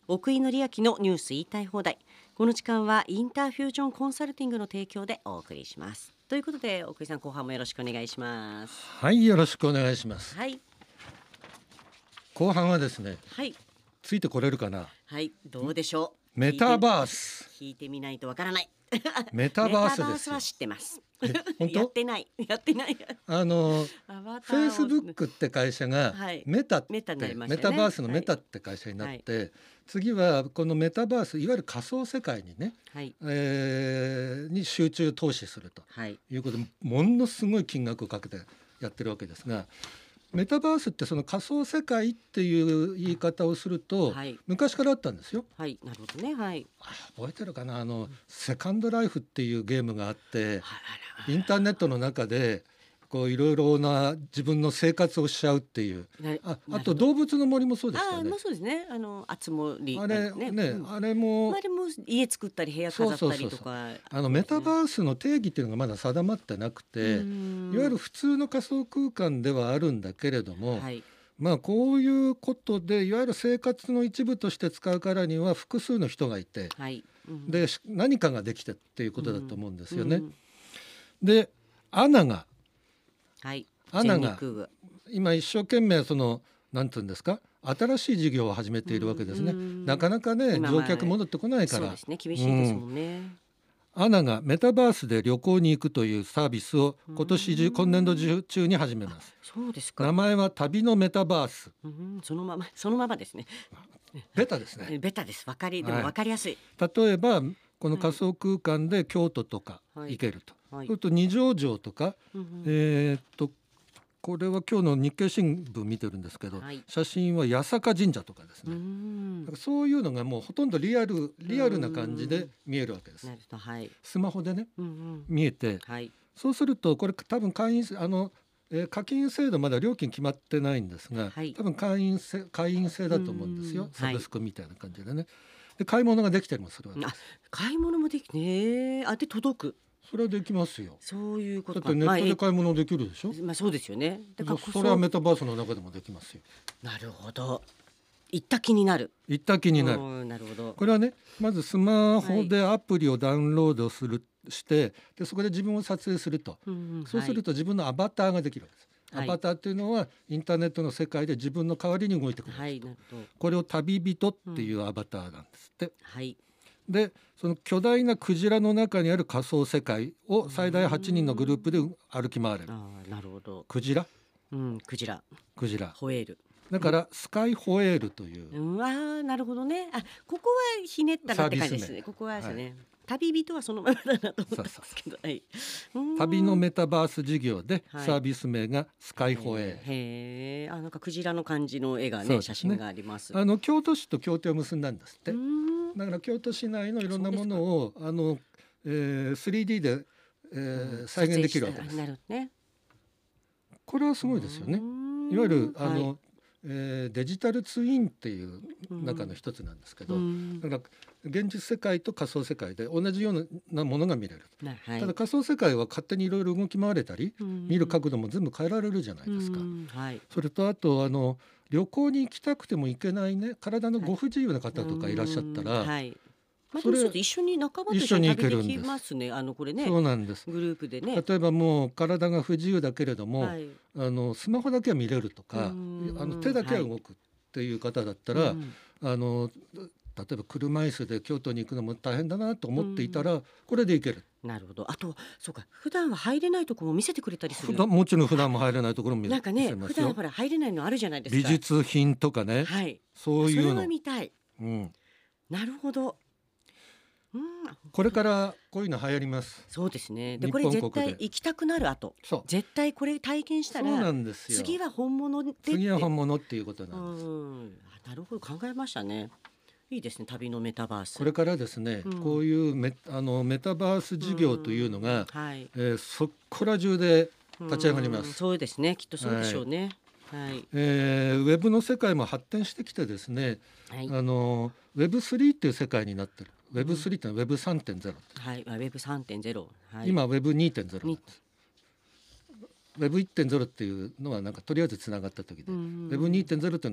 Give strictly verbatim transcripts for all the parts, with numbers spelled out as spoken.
奥井紀明のニュース言いたい放題。この時間はインターフュージョンコンサルティングの提供でお送りします。ということで奥井さん、後半もよろしくお願いします。 はい、よろしくお願いします。 はい、 後半はですね、 はい、 ついてこれるかな。 はい、どうでしょう。 メタバース聞いてみないとわからない。 メタバースメタバーですよスは知ってます。 え本やっ当てないやってないあのアバタフェイーをスブックって会社がはいメタって、 メタになりましたメよね。 タバースのメタって会社になって、次はこのメタバース、いわゆる仮想世界にね、 はいえーに集中投資するとはいいうことで、ものすごい金額をかけてやってるわけですが、メタバースってその仮想世界っていう言い方をすると、 はい昔からあったんですよ。 はい、なるほどね。はいあ、覚えてるかな、あのセカンドライフっていうゲームがあって、 あららインターネットの中でこういろいろな自分の生活をしちゃうっていう。 なあ、あなるほどと動物の森もそうでしたよねああ、まあ。そうですね。あのあつ森あれね、 ね、 うんあれもまあ、あれも家作ったり部屋飾ったりとか。 あのメタバースの定義っていうのがまだ定まってなくて、いわゆる普通の仮想空間ではあるんだけれども、 はいまあこういうことでいわゆる生活の一部として使うからには複数の人がいて、 はい、うんで何かができてっていうことだと思うんですよね。 うんでアナがはいアナが全日空が今一生懸命そのなんていうんですか、新しい事業を始めているわけですね。 うんなかなかね今は乗客戻ってこないから、 そうですね、厳しいですもんね。 アナがメタバースで旅行に行くというサービスを今年中、今年度中に始めます。 そうですか。 名前は旅のメタバース。 うんそのままそのままですね。 ベタですね。 ベタです。わかりではいもわかりやすい。 例えばこの仮想空間で京都とかはい行けると、 はいそれと二条城とか、 うんうんえーっとこれは今日の日経新聞見てるんですけど、 はい写真は八坂神社とかですうね。 んだからそういうのがもうほとんどリアルリアルな感じで見えるわけですな。るほど。はいスマホでねうんうん見えて、 はいそうするとこれ多分会員あの、えー課金制度まだ料金決まってないんですが、 はい多分会員制会員制だと思うんですうん。 よサブスクみたいな感じでね。で買い物ができたりもするわけであす。 買い物もできねえあで届くそれはできますよ。 そういうことか。 だってネットでまあ買い物できるでしょ。 えまあそうですよね。だからこそそれはメタバースの中でもできますよ。 なるほど。行った気になる。 行った気になる。 うんなるほど。 これはね、まずスマホでアプリをダウンロードする、してでそこで自分を撮影すると、 うんうんそうすると自分のアバターができるわけです、 はいアバターっていうのはインターネットの世界で自分の代わりに動いてくれる、 はい、なるほど。 これを旅人っていうアバターなんですって、 はいでその巨大なクジラの中にある仮想世界を最大はちにんのグループで歩き回れる。 ああなるほど。 クジラうんクジラクジラホエール。 だからスカイホエールという、 うんああなるほどね。あここはひねったなって感じですね。 サービス名ここはですね、 は旅人はそのままだなと思ったんですけど。はい。うん旅のメタバース事業ではいサービス名がスカイホエール、 へえあなんかクジラの感じの絵がねそうですね写真があります。 あの京都市と協定を結んだんですって。 うんだから京都市内のいろんなものをあの、えー、スリーディー で、えー再現できるわけですなるほどね。 これはすごいですよね。 うんいわゆるあの、 はいえーデジタルツインっていう中の一つなんですけど、 うんだから現実世界と仮想世界で同じようなものが見れる、 なはいただ仮想世界は勝手にいろいろ動き回れたり、 うん見る角度も全部変えられるじゃないですか、 うんはいそれとあとあの旅行に行きたくても行けないね体のご不自由な方とかいらっしゃったら、 うんはいまあ、 それでもそうです一緒に仲間と一緒に旅できますね。あのこれねそうなんです。 グループでね。 例えばもう体が不自由だけれども、 はいあのスマホだけは見れるとか、 うんあの手だけは動くっていう方だったら、 うんあの例えば車椅子で京都に行くのも大変だなと思っていたら、これで行ける。 なるほど。あとそうか普段は入れないところも見せてくれたりする。 普段もちろん普段も入れないところも見なんか見せますよ。 ね普段ほら入れないのあるじゃないですか。 美術品とかね、 はい。 そういうのそれは、見たい。 うん、 なるほど。うんこれからこういうの流行ります。 そうですね。で日これ絶本国で対行きたくなる後そう絶対これ体験したそうならんですよ。 次は本物でって次は本物っていうことうなんです。 んあなるほど考えましたね。いいですね旅のメタバース。 これからですね、 うんこういうメあのメタバース事業というのが、 んはいえーそこら中で立ち上がります。 うんそうですねきっとそうでしょうね。はいえーウェブの世界も発展してきてですね、 はいあの ウェブスリー っていう世界になってる。ウェブスリー ってのは ウェブさんてんゼロ、 はいウェブさんてんゼロはい今 ウェブにてんゼロ、 にウェブいってんゼロっていうのはなんかとりあえずつながった時で、 うんウェブにてんゼロっていうのは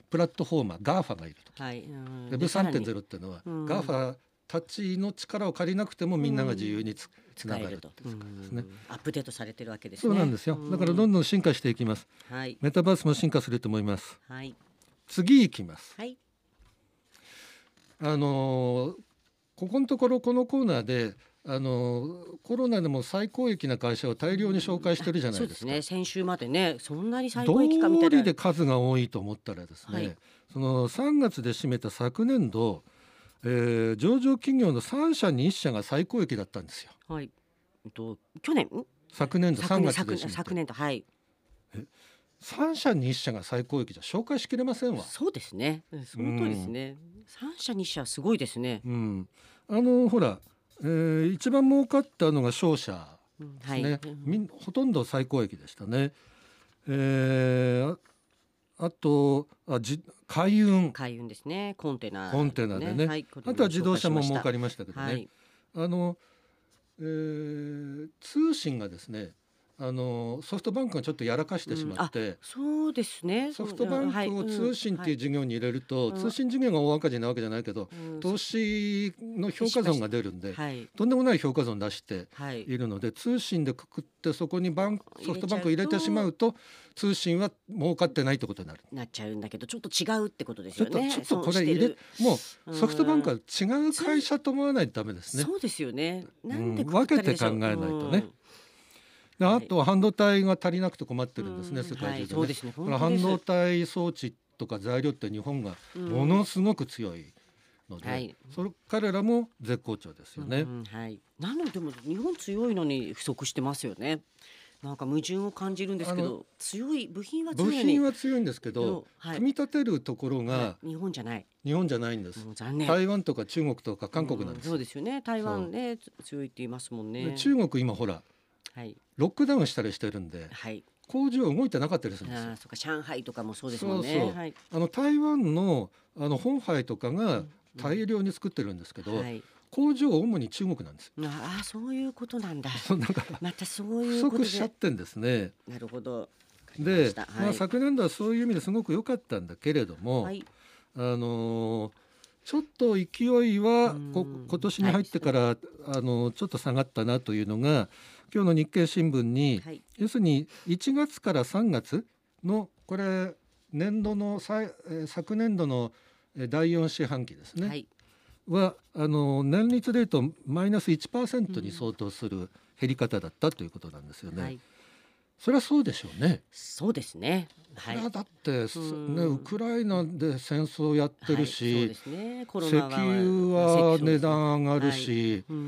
プラットフォーマー ガーファ がいると、 はい、うん、 ウェブ さんてんゼロ っていうのは、 うん、 ガーファ たちの力を借りなくてもみんなが自由につ、うん、つながるとですね。 アップデートされてるわけですね。 そうなんですよ。だからどんどん進化していきます、 はい、 メタバースも進化すると思います、 はい、 次いきます、 はい、 あのー、ここのところこのコーナーであのコロナでも最高益な会社を大量に紹介してるじゃないですか。 そうですね、先週までね、そんなに最ど高益かみたいな。 うりで数が多いと思ったらですね、はい、そのさんがつで占めた昨年度、えー、上場企業のさんしゃにいっしゃが最高益だったんですよ。 はい、えっと、去年昨年度さんがつで占めて、 昨年度、はい、 えさんしゃにいっしゃが最高益じゃ紹介しきれませんわ。 そうですね、その通りですね、うん、さんしゃにいっしゃはすごいですね、うん、 あのほら、えー、一番儲かったのが商社ですね、はい、みんほとんど最高益でしたね。えー、あ, あとあじ海運海運ですね、コンテナ、ね、 コンテナでね、はい、あとは自動車も儲かりましたけどね、はい、あの、えー、通信がですね、あのソフトバンクがちょっとやらかしてしまって、うん、 そうですね、 ソフトバンクを通信っていう事業に入れると、はい、通信事業が大赤字なわけじゃないけど、うん、投資の評価損が出るんで、はい、とんでもない評価損出しているので、はい、通信でくくってそこにバンソフトバンクを入れてしまうと通信は儲かってないってことになるなっちゃうんだけど、ちょっと違うってことですよね。 ちょっとちょっとこれ入れもうソフトバンクは違う会社と思わないとダメですね。 そうですよね。なんでうん、分けて考えないとね。であとは半導体が足りなくて困ってるんですね、世界中でね、はい、そうですね、本当です。半導体装置とか材料って日本がものすごく強いので、はい、それ彼らも絶好調ですよね、うん、 はい、なのでも日本強いのに不足してますよね。なんか矛盾を感じるんですけど、強い部品は強いのに、 部品は強いんですけど、はい、組み立てるところが、はい、日本じゃない日本じゃないんです。 残念。 台湾とか中国とか韓国なんです、 うん、そうですよね。台湾で強いって言いますもんね。 中国今ほら、はい、ロックダウンしたりしてるんで、はい、工場動いてなかったりするんですよ。 あ、そうか、上海とかもそうですもんね。 そうそう、はい、あの台湾のあの本杯とかが大量に作ってるんですけど、うんうん、はい、工場は主に中国なんです。 ああ、そういうことなんだ。 そうだからまたそういう不足しちゃってんですね。 なるほど。 で、はい、まあ、昨年度はそういう意味ですごく良かったんだけれども、はい、あのー、ちょっと勢いはこ今年に入ってから、はい、あのちょっと下がったなというのが今日の日経新聞に、はい、要するにいちがつからさんがつのこれ年度の昨年度のだいよん四半期ですね、はい、はあの年率でいうとマイナス いちパーセント に相当する減り方だったということなんですよね、はい、それはそうでしょうね。 そうですね、 はい、これはだって、ね、ウクライナで戦争やってるし、はい、そうですね、コロナは石油は値段上がるし、はい、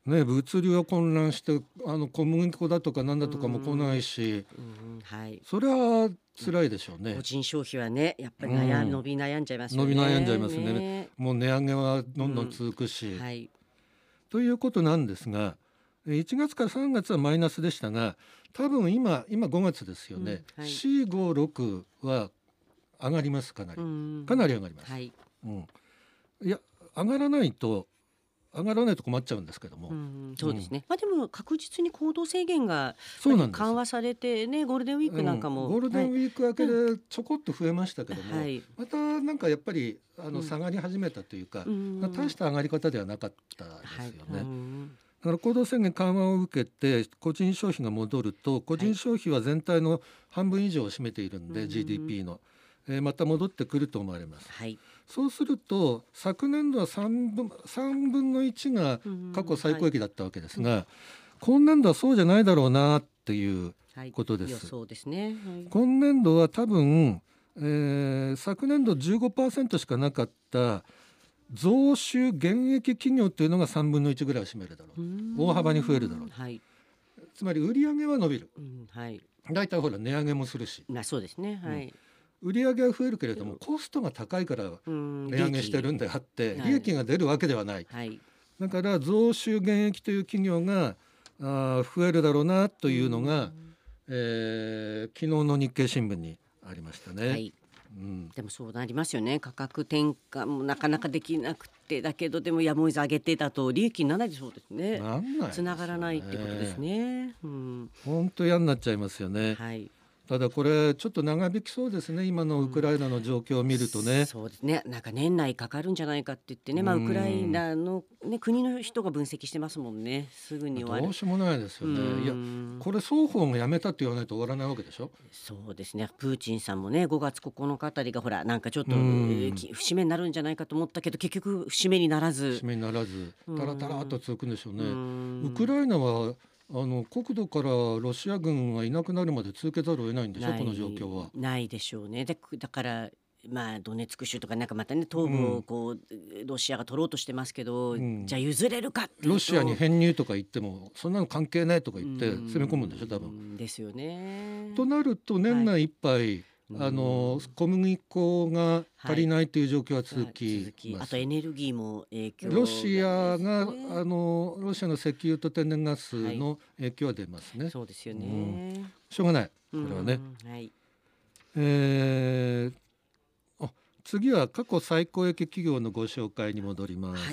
ね、物流は混乱してあの小麦粉だとかなんだとかも来ないし、はい、それは辛いでしょうね。 個人消費はね、やっぱり悩、うん、伸び悩んじゃいますよね。 伸び悩んじゃいますね。ね、もう値上げはどんどん続くし、うん、はい、ということなんですが、いちがつからさんがつはマイナスでしたが、多分今今ごがつですよね、うん、はい、よん、ご、ろくは上がります。かなり、うん、かなり上がります、はい、うん、いや上がらないと上がらないと困っちゃうんですけども、うん、 そうですね、うん、まあ、でも確実に行動制限が緩和されてね、ゴールデンウィークなんかも、 うん、ゴールデンウィーク明けでちょこっと増えましたけども、はい、またなんかやっぱりあの下がり始めたというか、うん、まあ、大した上がり方ではなかったですよね、はい、うん、だから行動制限緩和を受けて個人消費が戻ると、個人消費は全体の半分以上を占めているんで、はい、ジーディーピー の、えー、また戻ってくると思われます、はい、そうすると昨年度はさんぶん、さんぶんのいちが過去最高益だったわけですが、はい、今年度はそうじゃないだろうなっていうことです、はい、予想ですね、はい、今年度は多分、えー、昨年度 じゅうごパーセント しかなかった増収減益企業というのがさんぶんのいちぐらいを占めるだろう、大幅に増えるだろう、はい、つまり売上は伸びる、うん、はい、だいたいほら値上げもするし、 まあ、そうですね、はい、 うん、売上は増えるけれどもコストが高いから値上げしてるんであって利益が出るわけではない、はい、だから増収減益という企業があ増えるだろうなというのが、えー、昨日の日経新聞にありましたね、はい、 うん、でもそうなりますよね。価格転嫁もなかなかできなくて、だけどでもやむを得ず上げてだと利益にならないそうですね。 なんないですよね。 つながらないってことですね。うん、 本当嫌になっちゃいますよね、 はい、 ただこれちょっと長引きそうですね、今のウクライナの状況を見るとね、 うん、そうですね、なんか年内かかるんじゃないかって言ってね、まあ、ウクライナの、ね、国の人が分析してますもんね。すぐに終わる。 どうしようもないですよね。いやこれ双方がやめたって言わないと終わらないわけでしょ。 そうですね、プーチンさんもねごがつここのかあたりがほらなんかちょっと節目になるんじゃないかと思ったけど結局節目にならず節目にならずタラタラと続くんでしょうね。ウクライナはあの国土からロシア軍がいなくなるまで続けざるを得ないんでしょ、この状況は。 ないでしょうね。でだからまあドネツク州とかなんかまたね東部をこう、うん、ロシアが取ろうとしてますけど、うん、じゃあ譲れるかっていうとロシアに編入とか言ってもそんなの関係ないとか言って攻め込むんでしょ多分。 ですよね。 となると年内いっぱい、はい、あの小麦粉が足りないという状況は続き、はい、続きあとエネルギーも影響、 ロシアがあのロシアの石油と天然ガスの影響は出ますね、はい、 そうですよね、 うん、しょうがないこれはね、 はい、 えー、あ次は過去最高益企業のご紹介に戻ります、はい、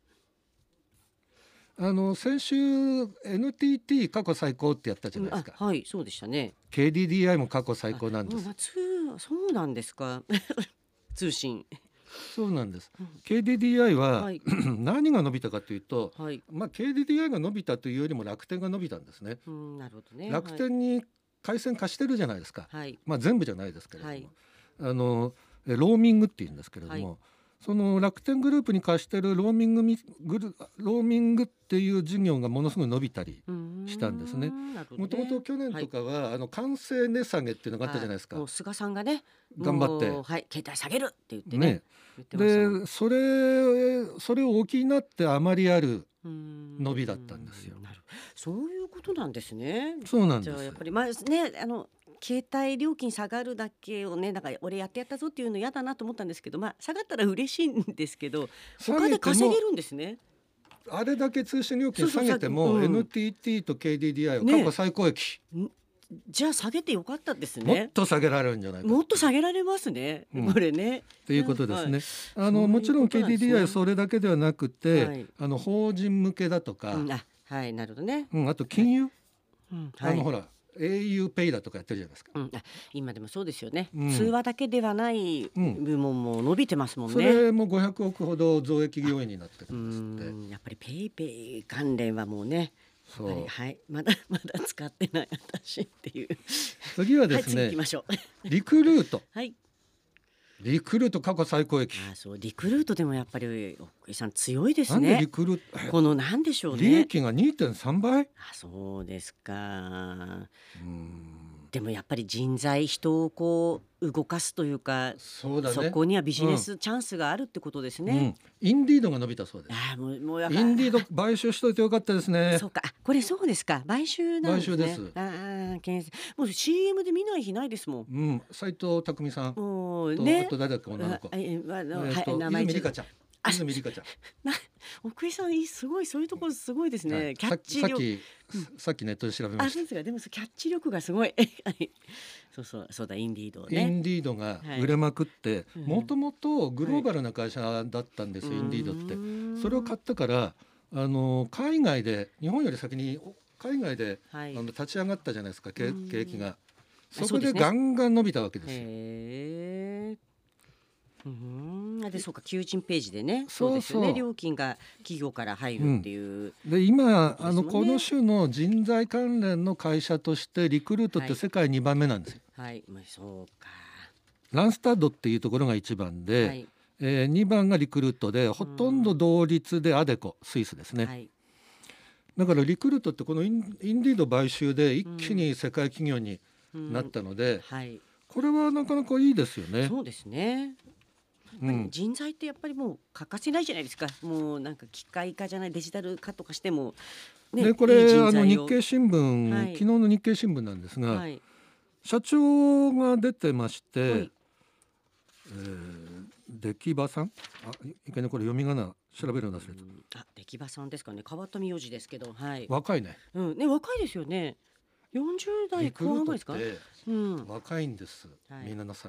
あの先週 エヌティーティー 過去最高ってやったじゃないですか、 うん、はいそうでしたね。 ケーディーディーアイ も過去最高なんです。 そうなんですか通信そうなんです、うん、ケーディーディーアイ は、はい、何が伸びたかというと、はい、まあ、ケーディーディーアイ が伸びたというよりも楽天が伸びたんですね、 うん、なるほどね。 楽天に回線貸してるじゃないですか、はい、まあ、全部じゃないですけれども、はい、あのローミングっていうんですけれども、はい、その楽天グループに貸してるローミンググルローミングっていう事業がものすごい伸びたりしたんですね。もともと去年とかは、はい、あの完成値下げっていうのがあったじゃないですか。 もう菅さんがね頑張って、 はい、携帯下げるって言ってね、 ねでそれそれを補ってあまりある伸びだったんですよ。 なるそういうことなんですね。 そうなんです。 じゃあやっぱりまあねあの携帯料金下がるだけをねなんか俺やってやったぞっていうの嫌だなと思ったんですけど、まあ下がったら嬉しいんですけど他で稼げるんですね。 あれだけ通信料金下げても エヌティーティー と ケーディーディーアイ は過去最高益、 ね、じゃあ下げてよかったですね。 もっと下げられるんじゃないか。 もっと下げられますね、うん、これねということですね、はい、あのもちろん ケーディーディーアイ はそれだけではなくて、はい、あの法人向けだとか、 うん、あはいなるほどね、 うん、あと金融、はいうんはい、あのほら エーユー ペイだとかやってるじゃないですか、 うん、あ今でもそうですよね、うん、通話だけではない部門も伸びてますもんね、 それもごひゃくおくほど増益要因になってるんですって。 やっぱりペイペイ関連はもうねそう、はい、まだまだ使ってない私っていう。 次はですね、 はい、次行きましょうリクルート、 はい、 リクルート過去最高益。 あそうリクルートでもやっぱり奥井さん強いですね。 なんでリクルートこのなんでしょうね、 利益が にてんさんばい。 あそうですか。うんでもやっぱり人材人をこう動かすというかそうだ、ね、 そこにはビジネスチャンスがあるってことですね、 うん、インディードが伸びたそうです。 あもうもうやインディード買収しといてよかったですね。 そうかこれそうですか買収なんですね。 買収です。 あもう シーエム で見ない日ないですもん、 うん、斉藤匠さんと、 ね、 あと誰だっけ女の子、 あえあの、 えー、とはい、名前泉里香ちゃん泉里香ちゃん奥井さんすごいそういうところすごいですね、はい、キャッチ力さっき、うん、さっきネットで調べました。 あそうですか。でもキャッチ力がすごいそうそうそうだインディードね。 インディードが売れまくってもともとグローバルな会社だったんですよ、はい、インディードって。それを買ったからあの海外で日本より先に海外で、はい、あの立ち上がったじゃないですか景気が。そこでガンガン伸びたわけですよ。 へうんでそうか求人ページでねそうですよね料金が企業から入るっていう、 うん、で今あのこの種の人材関連の会社としてリクルートって世界にばんめなんですよ。 はい、はい、そうか。 ランスタッドっていうところがいちばんで、はい、えー、にばんがリクルートでほとんど同率でアデコスイスですね、はい、だからリクルートってこのイン、インディード買収で一気に世界企業になったので、はい、これはなかなかいいですよね。 そうですね。やっぱり人材ってやっぱりもう欠かせないじゃないですか。もうなんか機械化じゃないデジタル化とかしても、ね、 でこれいいあの日経新聞、はい、昨日の日経新聞なんですが、はい、社長が出てまして、はい、えー、出来場さんあいけないこれ読み仮名調べるの忘れた。 あ出来場さんですかね。変わった名字ですけど、はい、 若いね、 うんね、若いですよね。よんじゅう代後半ぐらいですか。 うん、若いんです、はい、皆さん。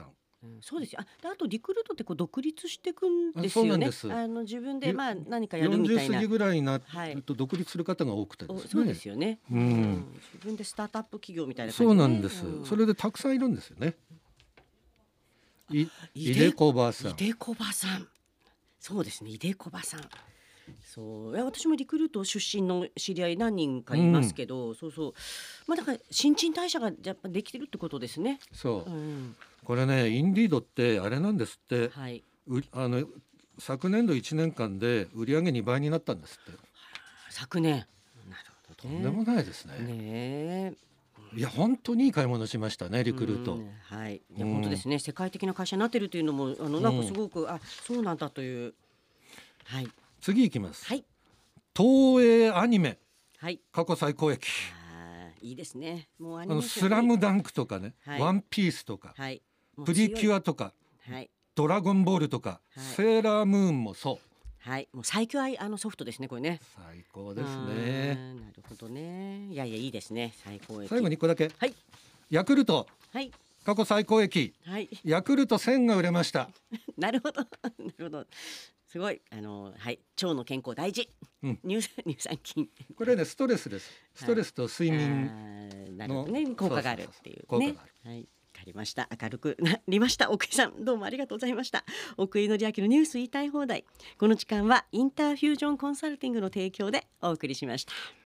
うん、そうですよ。あ、であとリクルートってこう独立していくんですよね。ああの自分でまあ何かやるみたいな。 よんじゅう過ぎぐらいになると独立する方が多くてですね。 そうですよね、 うんうん、 自分でスタートアップ企業みたいな感じで、 ね、そうなんです、うん、それでたくさんいるんですよね。いいでこばさん。 いでこばさん。そうですね、いでこばさん。そう、いや私もリクルート出身の知り合い何人かいますけど、うん、そうそう、まあだから新陳代謝がやっぱできてるってことですね。 そう、うん、これねインディードってあれなんですって、はい、あの昨年度いちねんかんで売上にばいになったんですって。 昨年。なるほど、 ね、とんでもないですね。 ね、 いや本当にいい買い物しましたねリクルート。 はい、いや本当ですね、世界的な会社になってるというのもあのなんかすごく、うん、あ、そうなんだという。はい、 次いきます。 はい、 東映アニメ、 はい、 過去最高益。 あ、いいですね。もうアニメ、あのスラムダンクとかね、はい、ワンピースとか、はい、プリキュアとか、はい、ドラゴンボールとか、はい、セーラームーンもそう。はい、 もう最強あのソフトですね、これね。 最高ですね。 なるほどね。いやいやいいですね。最高益。 最後にいっこだけ。 はい。 ヤクルト。 はい。 過去最高益。はい。ヤクルトせんが売れました。 なるほど。なるほど。すごいあのはい、腸の健康大事。うん、乳乳酸菌。これねストレスです。ストレスと睡眠の、 ね、効果があるっていうね。効果がある。はい。わかりました。明るくなりました。奥井さんどうもありがとうございました。奥井紀明のニュース言いたい放題。この時間はインターフュージョンコンサルティングの提供でお送りしました。